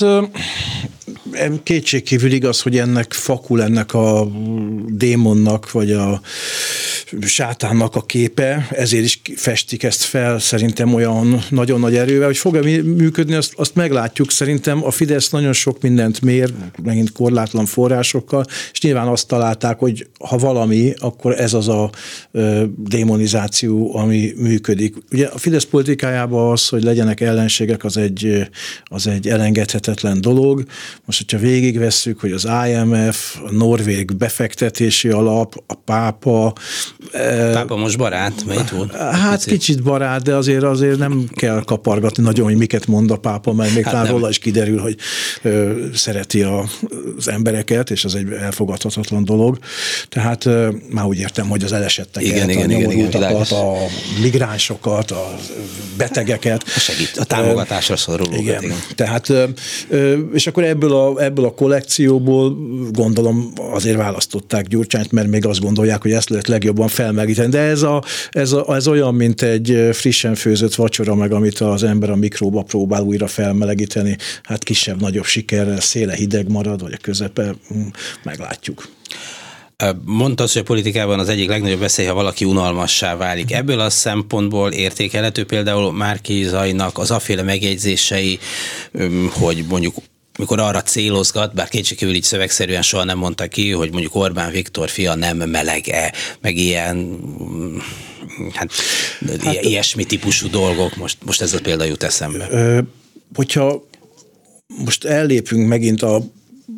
Speaker 3: kétségkívül igaz, hogy ennek fakul ennek a démonnak, vagy a sátánnak a képe, ezért is festik ezt fel szerintem olyan nagyon nagy erővel, hogy fog-e működni, azt, azt meglátjuk. Szerintem a Fidesz nagyon sok mindent mér, megint korlátlan forrásokkal, és nyilván azt találták, hogy ha valami, akkor ez az a ö, démonizáció, ami működik. Ugye a Fidesz politikájában az, hogy legyenek ellenségek, az egy, az egy elengedhetetlen dolog. Most, hogyha végigvesszük, hogy az I M F, a norvég befektetési alap, a pápa,
Speaker 2: Pápa most barát, melyik volt?
Speaker 3: Hát picit. Kicsit barát, de azért azért nem kell kapargatni nagyon, hogy miket mond a pápa, mert még hát talán róla is kiderül, hogy ö, szereti a, az embereket, és az egy elfogadhatatlan dolog. Tehát ö, már úgy értem, hogy az elesetteket, igen, igen, a nyomorultakat, a migránsokat, a betegeket.
Speaker 2: A segít, a támogatásra szorulókat.
Speaker 3: Igen. igen. Tehát, ö, és akkor ebből a, ebből a kollekcióból gondolom azért választották Gyurcsányt, mert még azt gondolják, hogy ezt lehet legjobban felmelegíteni. De ez, a, ez, a, ez olyan, mint egy frissen főzött vacsora, meg amit az ember a mikróba próbál újra felmelegíteni. Hát kisebb-nagyobb sikerrel, széle hideg marad, vagy a közepe, meglátjuk.
Speaker 2: Mondta azt, hogy a politikában az egyik legnagyobb veszély, ha valaki unalmassá válik. Ebből a szempontból értékelhető például Márki-Zaynak az afféle megjegyzései, hogy mondjuk mikor arra célozgat, bár kétségkívül így szövegszerűen soha nem mondta ki, hogy mondjuk Orbán Viktor fia nem melege, meg ilyen, hát, hát ilyesmi típusú dolgok, most, most ez a példa jut eszembe.
Speaker 3: Ö, hogyha most ellépünk megint a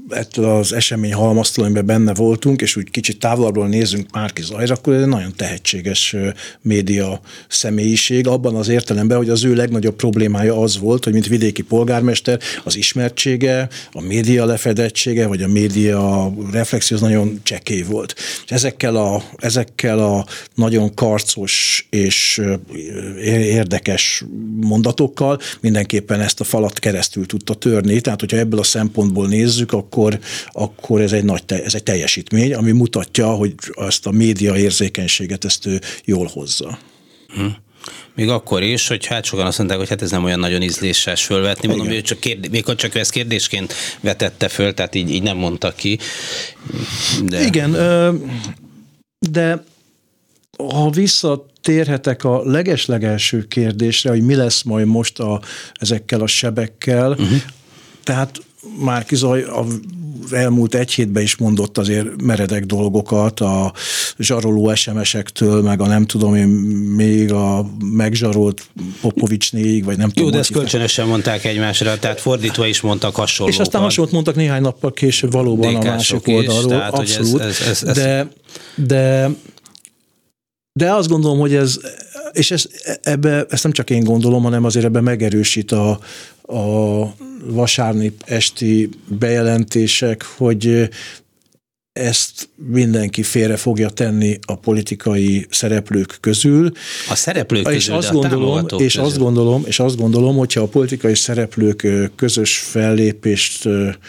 Speaker 3: ettől az esemény halmaztól, amiben benne voltunk, és úgy kicsit távolabbról nézzünk Márki Zajra, akkor ez egy nagyon tehetséges média személyiség, abban az értelemben, hogy az ő legnagyobb problémája az volt, hogy mint vidéki polgármester az ismertsége, a média lefedettsége, vagy a média reflexió az nagyon csekély volt. És ezekkel a, ezekkel a nagyon karcos és érdekes mondatokkal mindenképpen ezt a falat keresztül tudta törni. Tehát, hogyha ebből a szempontból nézzük, akkor, akkor ez, egy nagy, ez egy teljesítmény, ami mutatja, hogy azt a média érzékenységet ezt ő jól hozza.
Speaker 2: Hm. Még akkor is, hogy hát sokan azt mondták, hogy hát ez nem olyan nagyon ízléses fölvetni. Mondom, hogy csak kérdés, még csak ő ezt kérdésként vetette föl, tehát így, így nem mondta ki. De...
Speaker 3: Igen, de ha visszatérhetek a legeslegelső kérdésre, hogy mi lesz majd most a, ezekkel a sebekkel, uh-huh. tehát Márki Zaj az elmúlt egy hétben is mondott azért meredek dolgokat, a zsaroló es em es-ektől, meg a nem tudom én, még a megzsarolt Popovicsnéig, vagy nem
Speaker 2: Jó,
Speaker 3: tudom.
Speaker 2: Jó, de ezt kölcsönösen mondták egymásra, tehát fordítva is mondtak hasonlókat.
Speaker 3: És aztán hasonlót mondtak néhány nappal később valóban a másik oldalról. Tehát, abszolút. Ez, ez, ez, ez... De, de, de azt gondolom, hogy ez, és ez, ebbe, ezt nem csak én gondolom, hanem azért ebben megerősít a, a vasárnap esti bejelentések, hogy ezt mindenki félre fogja tenni a politikai szereplők közül.
Speaker 2: A szereplők közül,
Speaker 3: és
Speaker 2: de
Speaker 3: azt
Speaker 2: a
Speaker 3: gondolom, és
Speaker 2: közül.
Speaker 3: azt gondolom, és azt gondolom, hogyha a politikai szereplők közös fellépést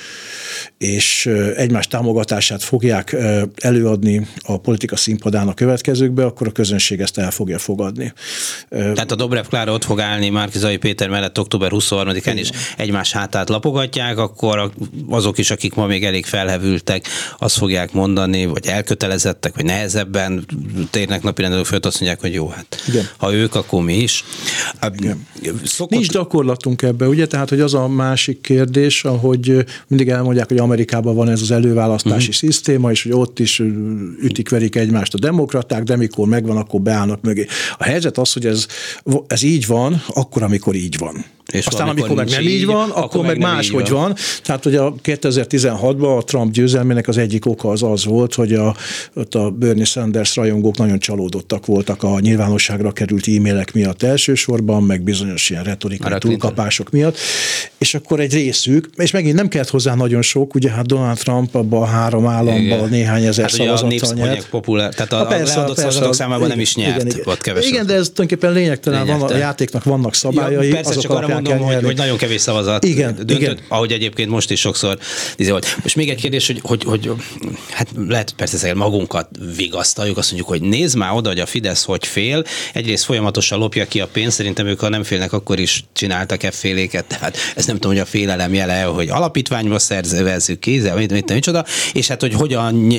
Speaker 3: és egymás támogatását fogják előadni a politika színpadán a következőkbe, akkor a közönség ezt el fogja fogadni.
Speaker 2: Tehát a Dobrev Klára ott fog állni Márki Zay Péter mellett október huszonharmadikán, és egymás hátát lapogatják, akkor azok is, akik ma még elég felhevültek, azt fogják mondani, vagy elkötelezettek, vagy nehezebben térnek napirendről föl, azt mondják, hogy jó, hát igen. Ha ők, akkor mi is.
Speaker 3: Szokott... Nincs gyakorlatunk ebbe, ugye? Tehát, hogy az a másik kérdés, ahogy mindig elmondják, hogy Amerikában van ez az előválasztási uh-huh. szisztéma, és hogy ott is ütik-verik egymást a demokraták, de mikor megvan, akkor beállnak mögé. A helyzet az, hogy ez, ez így van, akkor, amikor így van. És aztán amikor meg nem így van, akkor, akkor meg, meg máshogy van. van. Tehát, hogy a kétezer-tizenhatban a Trump győzelmének az egyik oka az az volt, hogy a, ott a Bernie Sanders rajongók nagyon csalódottak voltak a nyilvánosságra került e-mailek miatt elsősorban, meg bizonyos ilyen retorikai túlkapások miatt. És akkor egy részük, és megint nem kellett hozzá nagyon sok, ugye hát Donald Trump abban a három államban néhány ezer hát szavazattal nyert.
Speaker 2: Populár, tehát a, a persze, leadott persze, szavazatok számában igen, nem is nyert. Igen, igen. Kevesebb. Igen,
Speaker 3: de ez tulajdonképpen lényegtelen, van, a játéknak vannak szabályai.
Speaker 2: Ja, persze, csak arra mondom, hogy, hogy nagyon kevés szavazat igen, döntött, igen. ahogy egyébként most is sokszor volt. Most még egy kérdés, hogy, hogy, hogy hát lehet persze magunkat vigasztaljuk, azt mondjuk, hogy nézd már oda, hogy a Fidesz hogy fél, egyrészt folyamatosan lopja ki a pénzt, szerintem ők, ha nem félnek, akkor is csináltak efféléket, tehát ez nem tudom, hogy a félelem jele, hogy alapítványba szervezzük kézzel, mit, mit, micsoda, és hát, hogy hogyan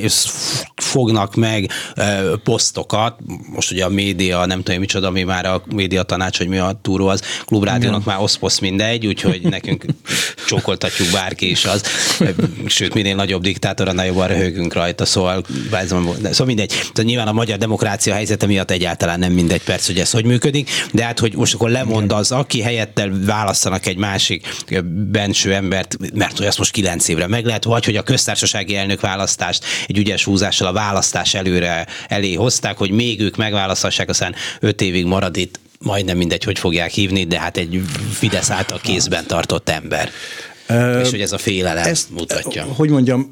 Speaker 2: fognak meg uh, posztokat, most ugye a média, nem tudom, micsoda, mi már a média tanács, hogy mi a túró az, Klubrádiónak már oszposz mindegy, úgyhogy nekünk csókoltatjuk bárki is az, sőt, minél nagyobb diktátor, annál jobban röhögünk rajta, szóval, szóval mindegy. Tehát nyilván a magyar demokrácia helyzete miatt egyáltalán nem mindegy perc, hogy ez hogy működik, de hát, hogy most akkor lemond az, aki helyettel választanak egy másik benső embert, mert hogy azt most kilenc évre meg lehet, vagy hogy a köztársasági elnök választást egy ügyes húzással a választás előre elé hozták, hogy még ők megválasztassák, aztán öt évig marad itt, majdnem mindegy, hogy fogják hívni, de hát egy Fidesz által kézben tartott ember. Uh, és hogy ez a félelem ezt, mutatja.
Speaker 3: Hogy mondjam,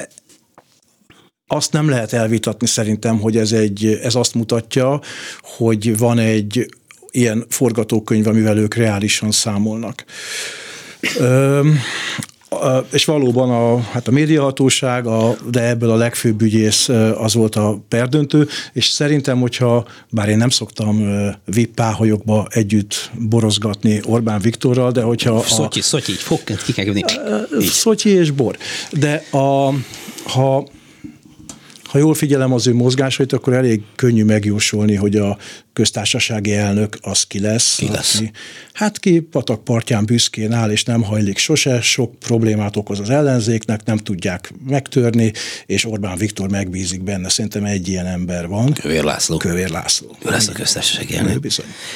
Speaker 3: azt nem lehet elvitatni szerintem, hogy ez, egy, ez azt mutatja, hogy van egy ilyen forgatókönyv, amivel ők reálisan számolnak. Uh, és valóban a, hát a médiahatóság, a, de ebből a legfőbb ügyész az volt a perdöntő, és szerintem, hogyha, bár én nem szoktam vé i pé páholyokba együtt borozgatni Orbán Viktorral, de hogyha...
Speaker 2: Szotyi, a, Szotyi, így fog, ki kell jönni.
Speaker 3: Szotyi és bor. De a, ha Ha jól figyelem az ő mozgásait, akkor elég könnyű megjósolni, hogy a köztársasági elnök az ki lesz.
Speaker 2: Ki lesz?
Speaker 3: Aki, hát ki patakpartján büszkén áll, és nem hajlik sose, sok problémát okoz az ellenzéknek, nem tudják megtörni, és Orbán Viktor megbízik benne. Szerintem egy ilyen ember van.
Speaker 2: Kövér László.
Speaker 3: Kövér László.
Speaker 2: Ő lesz a köztársasági elnök.
Speaker 3: Bizony.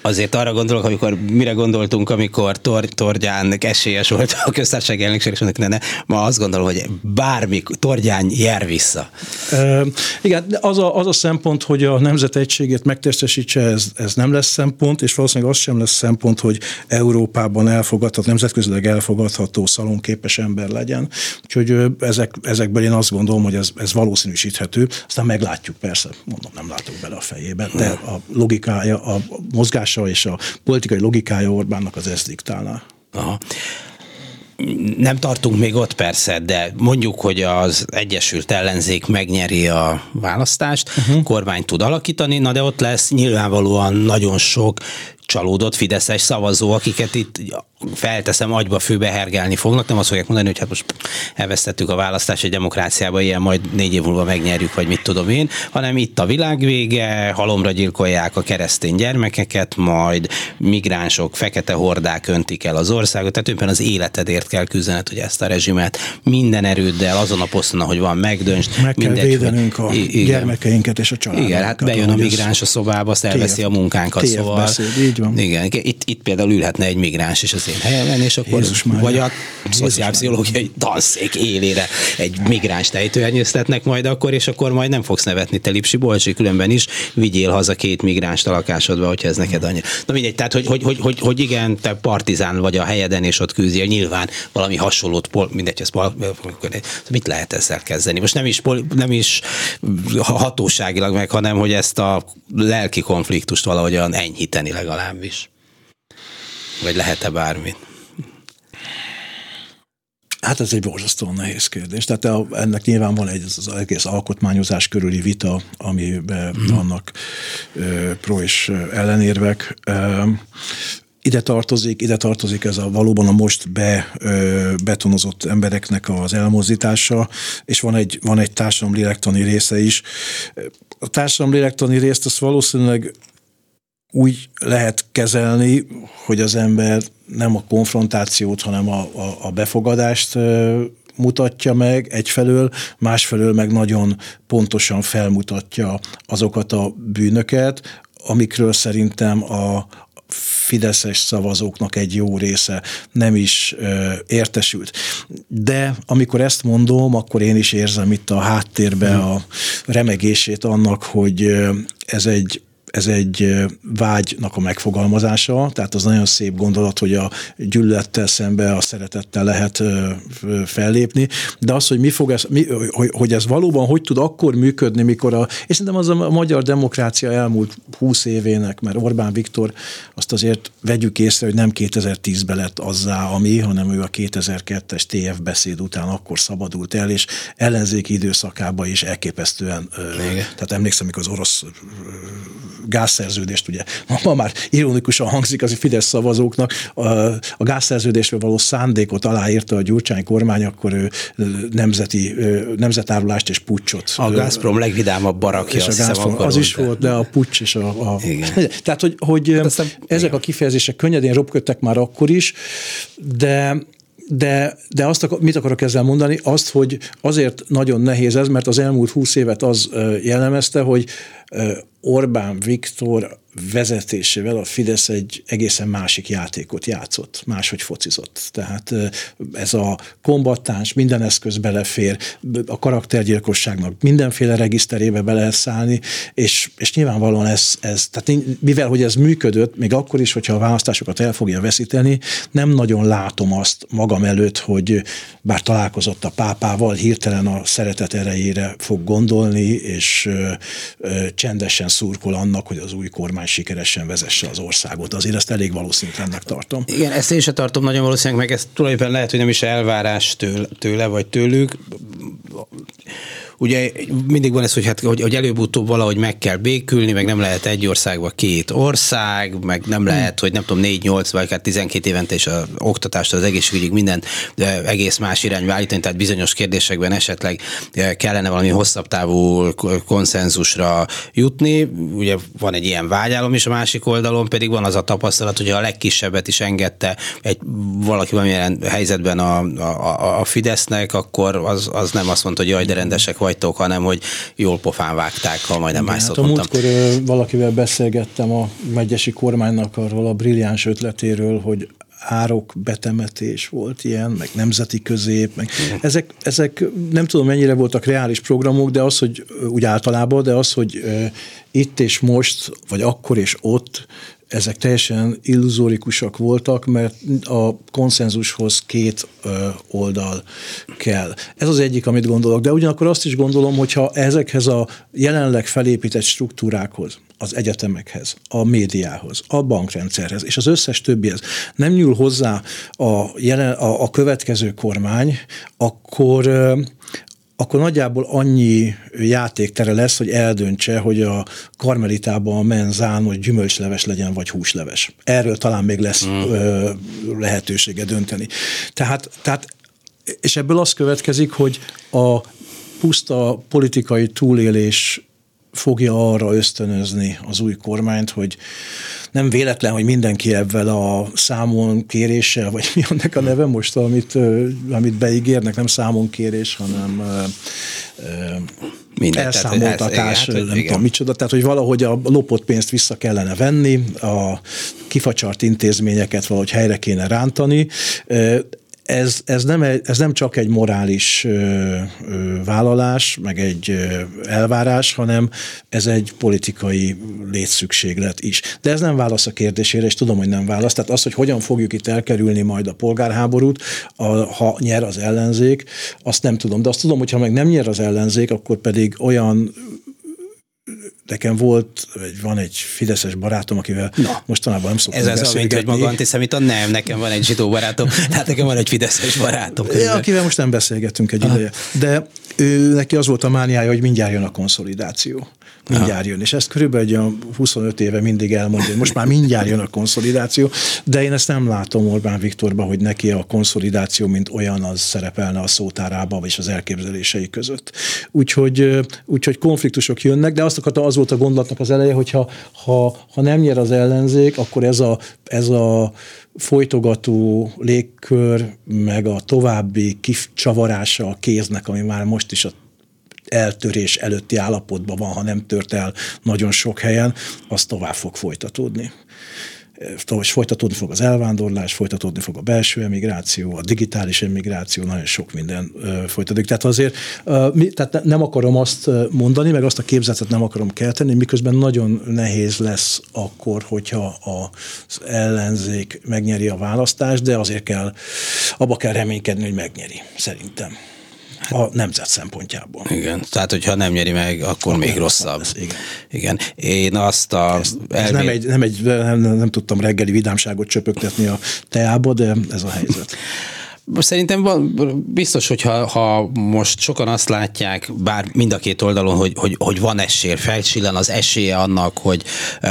Speaker 2: Azért arra gondolok, amikor mire gondoltunk, amikor Tor, Tordján esélyes volt a köztársasági elnökség, és mondjuk, ne, ne, ma azt gondolom, hogy bármi, Tordján jár vissza.
Speaker 3: E, igen, az a, az a szempont, hogy a nemzet egységét megtestesítse, ez, ez nem lesz szempont, és valószínűleg az sem lesz szempont, hogy Európában elfogadható, nemzetközileg elfogadható, szalonképes ember legyen. Úgyhogy ezek, ezekből én azt gondolom, hogy ez, ez valószínűsíthető. Aztán meglátjuk, persze, mondom, nem látok bele a fejébe, de a logikája, a mozgása és a politikai logikája Orbánnak az ezt diktálná.
Speaker 2: Aha. Nem tartunk még ott persze, de mondjuk, hogy az Egyesült Ellenzék megnyeri a választást, uh-huh. kormányt tud alakítani, na de ott lesz nyilvánvalóan nagyon sok csalódott fideszes szavazó, akiket itt felteszem agyba főbe hergelni fognak, nem azt fogják mondani, hogy hát most elvesztettük a választást egy demokráciába, ilyen majd négy év múlva megnyerjük, vagy mit tudom én, hanem itt a világ vége, halomra gyilkolják a keresztény gyermekeket, majd migránsok, fekete hordák öntik el az országot, tehát éppen az életedért kell küzdened, hogy ezt a rezsimet minden erőddel, azon a poszton, ahogy van, megdöntsd.
Speaker 3: Meg kell mindegy, védenünk a igen. gyermekeinket és a családunkat.
Speaker 2: Igen, hát bejön a migráns a szobába, azt elveszi a munkánkat, szóval.
Speaker 3: Beszéd, így van.
Speaker 2: Igen, itt, itt például ülhetne egy migráns is az én helyemen, és akkor Jézus vagy a szociálpszichológiai tanszék élére egy migráns tejtőernyőztetnek majd akkor, és akkor majd nem fogsz nevetni, te Lipsi Bolcsi, különben is vigyél haza két migránst a lakásodba, hogyha ez neked annyira. Na mindegy, tehát hogy, hogy, hogy, hogy, hogy igen, te partizán vagy a helyeden, és ott küzdjél, nyilván valami hasonlót, mindegy, ez mit lehet ezzel kezdeni? Most nem is, nem is hatóságilag meg, hanem hogy ezt a lelki konfliktust valahogyan enyhíteni legalábbis. Vagy lehet-e bármit?
Speaker 3: Hát ez egy borzasztóan nehéz kérdés. Tehát a, ennek nyilván van egy az egész alkotmányozás körüli vita, amiben hmm. vannak ö, pro és ellenérvek. Ö, Ide tartozik, ide tartozik ez a valóban a most be, ö, betonozott embereknek az elmozdítása, és van egy, van egy társadalomlélektani része is. A társadalomlélektani részt azt valószínűleg úgy lehet kezelni, hogy az ember nem a konfrontációt, hanem a, a, a befogadást ö, mutatja meg egyfelől, másfelől meg nagyon pontosan felmutatja azokat a bűnöket, amikről szerintem a fideszes szavazóknak egy jó része nem is ö, értesült. De amikor ezt mondom, akkor én is érzem itt a háttérbe a remegését annak, hogy ez egy Ez egy vágynak a megfogalmazása, tehát az nagyon szép gondolat, hogy a gyűlölettel szembe a szeretettel lehet fellépni, de az, hogy mi fog ez, mi, hogy, hogy ez valóban hogy tud akkor működni, mikor a, és szerintem az a magyar demokrácia elmúlt húsz évének, mert Orbán Viktor azt azért vegyük észre, hogy nem kétezer-tízben lett azzá, ami, hanem ő a kétezer-kettes té ef beszéd után akkor szabadult el, és ellenzéki időszakában is elképesztően, Vége. tehát emlékszem, amikor az orosz gázszerződést, ugye ma már ironikusan hangzik az a Fidesz szavazóknak, a, a gázszerződésről való szándékot aláírta a Gyurcsány kormány, akkor ő nemzeti, nemzetárulást és puccsot.
Speaker 2: A Gazprom legvidámabb barakja.
Speaker 3: És a Gazprom, az is volt, de a puccs és a... a tehát, hogy, hogy aztán, ezek igen. a kifejezések könnyedén robködtek már akkor is, de De, de azt akar, mit akarok ezzel mondani? Azt, hogy azért nagyon nehéz ez, mert az elmúlt húsz évet az jellemezte, hogy Orbán Viktor vezetésével a Fidesz egy egészen másik játékot játszott, máshogy focizott. Tehát ez a kombattáns minden eszköz belefér, a karaktergyilkosságnak mindenféle regiszterébe be lehet szállni, és, és nyilvánvalóan ez, ez, tehát mivel hogy ez működött, még akkor is, hogyha a választásokat el fogja veszíteni, nem nagyon látom azt magam előtt, hogy bár találkozott a pápával, hirtelen a szeretet erejére fog gondolni, és ö, ö, csendesen szurkol annak, hogy az új kormány sikeresen vezesse az országot. Azért ezt elég valószínűtlennek tartom.
Speaker 2: Igen, ezt én sem tartom nagyon valószínűleg, meg ez tulajdonképpen lehet, hogy nem is elvárás tőle, tőle vagy tőlük. Ugye mindig van ez, hogy, hát, hogy, hogy előbb-utóbb valahogy meg kell békülni, meg nem lehet egy országban két ország, meg nem lehet, hogy nem tudom, négy-nyolc vagy hát tizenkét évente is az oktatástól az egészségügyig mindent egész más irányba állítani, tehát bizonyos kérdésekben esetleg kellene valami hosszabb távú konszenzusra jutni. Ugye van egy ilyen vágyálom is, a másik oldalon pedig van az a tapasztalat, hogy a legkisebbet is engedte egy valaki valamilyen helyzetben a, a, a Fidesznek, akkor az, az nem azt azt mondta, hogy jaj, de rendesek vagytok, hanem hogy jól pofán vágták, ha majdnem más szót
Speaker 3: hát
Speaker 2: mondtam.
Speaker 3: A múltkor valakivel beszélgettem a megyesi kormánynak arról a brilliáns ötletéről, hogy árok betemetés volt ilyen, meg nemzeti közép, meg ezek, ezek nem tudom mennyire voltak reális programok, de az, hogy úgy általában, de az, hogy itt és most, vagy akkor és ott, ezek teljesen illuzórikusak voltak, mert a konszenzushoz két oldal kell. Ez az egyik, amit gondolok, de ugyanakkor azt is gondolom, hogyha ezekhez a jelenleg felépített struktúrákhoz, az egyetemekhez, a médiához, a bankrendszerhez, és az összes többihez nem nyúl hozzá a, jelen, a, a következő kormány, akkor akkor nagyjából annyi játéktere lesz, hogy eldöntse, hogy a karmelitában a menzán, hogy gyümölcsleves legyen, vagy húsleves. Erről talán még lesz mm. ö, lehetősége dönteni. Tehát, tehát, és ebből az következik, hogy a puszta politikai túlélés fogja arra ösztönözni az új kormányt, hogy nem véletlen, hogy mindenki ebben a számon kéréssel, vagy mi annak a neve most, amit, amit beígérnek, nem számon kérés, hanem Minden, elszámoltatás, tehát, nem igen. tudom micsoda, tehát hogy valahogy a lopott pénzt vissza kellene venni, a kifacsart intézményeket valahogy helyre kéne rántani. Ez, ez, nem, ez nem csak egy morális ö, ö, vállalás, meg egy ö, elvárás, hanem ez egy politikai létszükséglet is. De ez nem válasz a kérdésére, és tudom, hogy nem válasz. Tehát az, hogy hogyan fogjuk itt elkerülni majd a polgárháborút, a, ha nyer az ellenzék, azt nem tudom. De azt tudom, hogy ha meg nem nyer az ellenzék, akkor pedig olyan nekem volt, vagy van egy fideszes barátom, akivel Na, mostanában nem szoktam
Speaker 2: beszélgetni. Ez az, mint hogy maga antiszemita? Nem, nekem van egy zsidó barátom, tehát nekem van egy fideszes barátom.
Speaker 3: Ja, akivel most nem beszélgetünk egy Aha. ideje. De ő, neki az volt a mániája, hogy mindjárt jön a konszolidáció. Mindjárt jön. És ezt körülbelül egy olyan huszonöt éve mindig elmondja, hogy most már mindjárt jön a konszolidáció, de én ezt nem látom Orbán Viktorban, hogy neki a konszolidáció, mint olyan, az szerepelne a szótárában, vagy az elképzelései között. Úgyhogy, úgyhogy konfliktusok jönnek, de azt akartam, az volt a gondolatnak az eleje, hogyha ha, ha nem nyer az ellenzék, akkor ez a, ez a folytogató légkör, meg a további kicsavarása a kéznek, ami már most is a eltörés előtti állapotban van, ha nem tört el nagyon sok helyen, az tovább fog folytatódni. És folytatódni fog az elvándorlás, folytatódni fog a belső emigráció, a digitális emigráció, nagyon sok minden folytatódik. Tehát azért tehát nem akarom azt mondani, meg azt a képzetet nem akarom kelteni, miközben nagyon nehéz lesz akkor, hogyha az ellenzék megnyeri a választást, de azért kell, abba kell reménykedni, hogy megnyeri, szerintem. A nemzet szempontjából.
Speaker 2: Igen, tehát hogyha nem nyeri meg, akkor, akkor még rosszabb. Lesz, igen. igen. Én azt a...
Speaker 3: Ez, ez elmény... nem, egy, nem, egy, nem, nem tudtam reggeli vidámságot csöpögtetni a teába, de ez a helyzet.
Speaker 2: Szerintem van, biztos, hogyha ha most sokan azt látják, bár mind a két oldalon, hogy, hogy, hogy van esély, felcsillan az esélye annak, hogy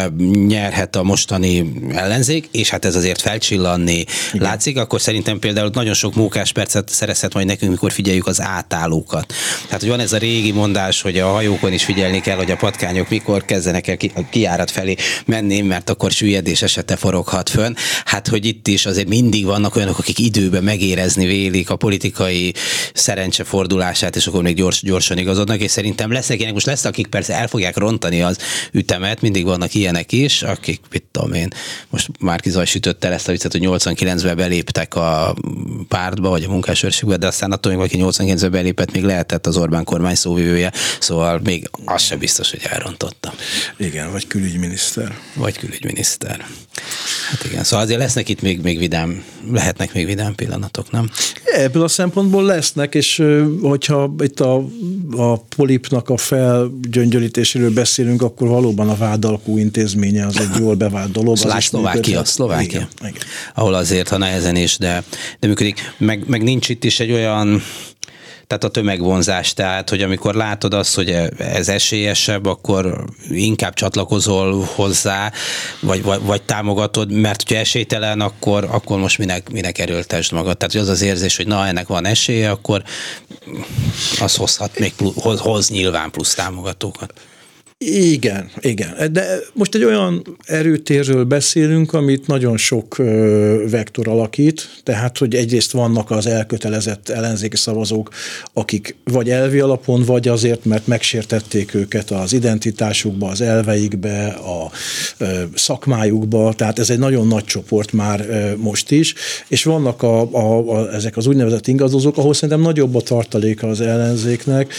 Speaker 2: nyerhet a mostani ellenzék, és hát ez azért felcsillanni Igen. látszik, akkor szerintem például nagyon sok mókáspercet szerezhet majd nekünk, mikor figyeljük az átállókat. Tehát, hogy van ez a régi mondás, hogy a hajókon is figyelni kell, hogy a patkányok mikor kezdenek el ki, kijárat felé menni, mert akkor süllyedés esete foroghat fönn. Hát, hogy itt is azért mindig vannak olyanok, akik időben megér vélik a politikai szerencse fordulását, és akkor még gyors, gyorsan igazodnak, és szerintem lesznek ilyenek, most lesz, akik persze el fogják rontani az ütemet, mindig vannak ilyenek is, akik, mit tudom én, most Márki Zaj sütötte el ezt a viccet, hogy nyolcvankilencben beléptek a pártba, vagy a munkásőrségbe, de aztán attól még valaki nyolcvankilencben belépett, még lehetett az Orbán kormány szóvivője, szóval még az sem biztos, hogy elrontottam.
Speaker 3: Igen, vagy külügyminiszter.
Speaker 2: Vagy külügyminiszter. Hát igen, szóval azért lesznek itt még, még vidám, lehetnek még vidám pillanatok, nem?
Speaker 3: Ebből a szempontból lesznek, és hogyha itt a, a polipnak a felgyöngyölítéséről beszélünk, akkor valóban a vádalkú intézménye az egy jól bevált dolog.
Speaker 2: Az Szlovákia, Szlovákia. Igen, igen. Ahol azért, ha nehezen is, de, de működik. Meg, meg nincs itt is egy olyan... Tehát a tömegvonzás, tehát, hogy amikor látod azt, hogy ez esélyesebb, akkor inkább csatlakozol hozzá, vagy, vagy, vagy támogatod, mert hogyha esélytelen, akkor, akkor most minek, minek erőltesd magad. Tehát az az érzés, hogy na, ennek van esélye, akkor az hozhat még plusz, hoz, hoz nyilván plusz támogatókat.
Speaker 3: Igen, igen. De most egy olyan erőtérről beszélünk, amit nagyon sok vektor alakít, tehát, hogy egyrészt vannak az elkötelezett ellenzéki szavazók, akik vagy elvi alapon, vagy azért, mert megsértették őket az identitásukba, az elveikbe, a szakmájukba, tehát ez egy nagyon nagy csoport már most is, és vannak a, a, a, ezek az úgynevezett ingadozók, ahol szerintem nagyobb a tartaléka az ellenzéknek,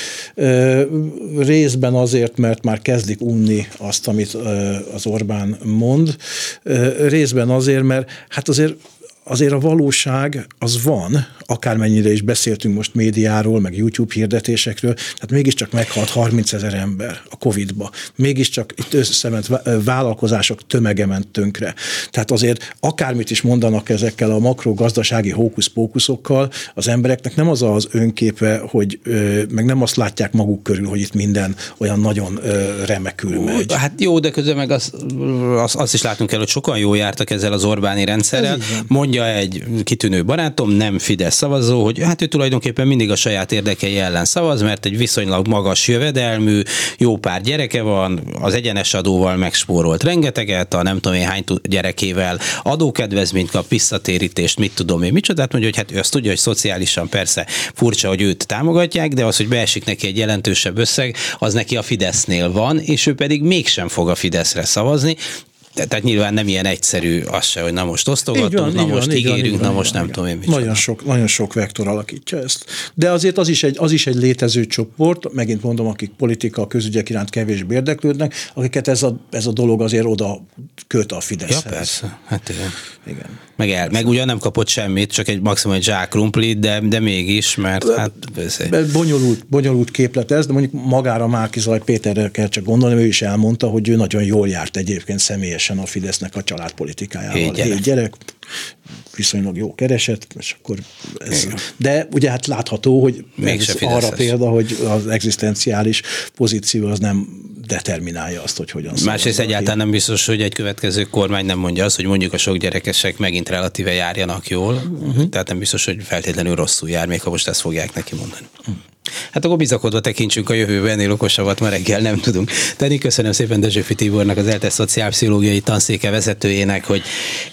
Speaker 3: részben azért, mert már kezdik unni azt, amit az Orbán mond, részben azért, mert hát azért azért a valóság az van, akármennyire is beszéltünk most médiáról, meg YouTube hirdetésekről, tehát mégiscsak meghalt harmincezer ember a Covidba. Mégiscsak itt összement vállalkozások tömege ment tönkre. Tehát azért akármit is mondanak ezekkel a makrogazdasági hókusz-pókuszokkal, az embereknek nem az az önképe, hogy meg nem azt látják maguk körül, hogy itt minden olyan nagyon remekül megy.
Speaker 2: Hát jó, de közben meg azt, azt, azt is látnunk kell, hogy sokan jól jártak ezzel az Orbáni rendszerrel. Mondja egy kitűnő barátom, nem Fidesz szavazó, hogy hát ő tulajdonképpen mindig a saját érdekei ellen szavaz, mert egy viszonylag magas jövedelmű, jó pár gyereke van, az egyenes adóval megspórolt rengeteget, a nem tudom én hány gyerekével adókedvezményt kap, visszatérítést, mit tudom én, micsodát mondja, hogy hát ő azt tudja, hogy szociálisan persze furcsa, hogy őt támogatják, de az, hogy beesik neki egy jelentősebb összeg, az neki a Fidesznél van, és ő pedig mégsem fog a Fideszre szavazni. Tehát nyilván nem ilyen egyszerű az se, hogy na most osztogatunk, van, na most van, ígérünk, van, na most van, nem tudom én mit.
Speaker 3: Nagyon sok, nagyon sok vektor alakítja ezt. De azért az is, egy, az is egy létező csoport, megint mondom, akik politika, közügyek iránt kevésbé érdeklődnek, akiket ez a, ez a dolog azért oda köt a Fideszhez.
Speaker 2: Ja, persze. Hát igen.
Speaker 3: igen.
Speaker 2: Meg, el, meg ugyan nem kapott semmit, csak egy maximum egy zsák krumplit, de, de mégis, mert hát...
Speaker 3: Bonyolult, bonyolult képlet ez, de mondjuk magára Márki-Zay Péterre kell csak gondolni, ő is elmondta, hogy ő nagyon jól járt egyébként személyesen a Fidesznek a családpolitikájával.
Speaker 2: Hét gyerek.
Speaker 3: Hét gyerek, viszonylag jó keresett, és akkor ez... De ugye hát látható, hogy ez arra példa, hogy az egzisztenciális pozíció az nem determinálja azt, hogy hogyan szól.
Speaker 2: Másrészt egyáltalán nem biztos, hogy egy következő kormány nem mondja azt, hogy mondjuk a sok gyerekesek megint relatíve járjanak jól, uh-huh. tehát nem biztos, hogy feltétlenül rosszul jár, még ha most ezt fogják neki mondani. Uh-huh. Hát akkor bizakodva tekintsünk a jövőben, ennél okosabbat ma reggel nem tudunk tenni. Köszönöm szépen Dezsőfi Tibornak, az ELTE szociálpszichológiai tanszéke vezetőjének, hogy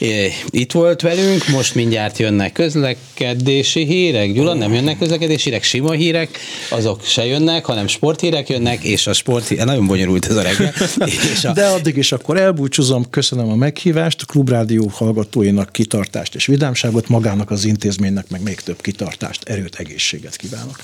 Speaker 2: itt volt velünk. Most mindjárt jönnek közlekedési hírek. Gyula, nem jönnek közlekedési hírek, sima hírek, azok se jönnek, hanem sporthírek jönnek, és a sporthírek, nagyon bonyolult ez a reggel. És a...
Speaker 3: De addig is akkor elbúcsúzom, köszönöm a meghívást, a Klubrádió hallgatóinak kitartást és vidámságot, magának az intézménynek meg még több kitartást, erőt, egészséget kívánok.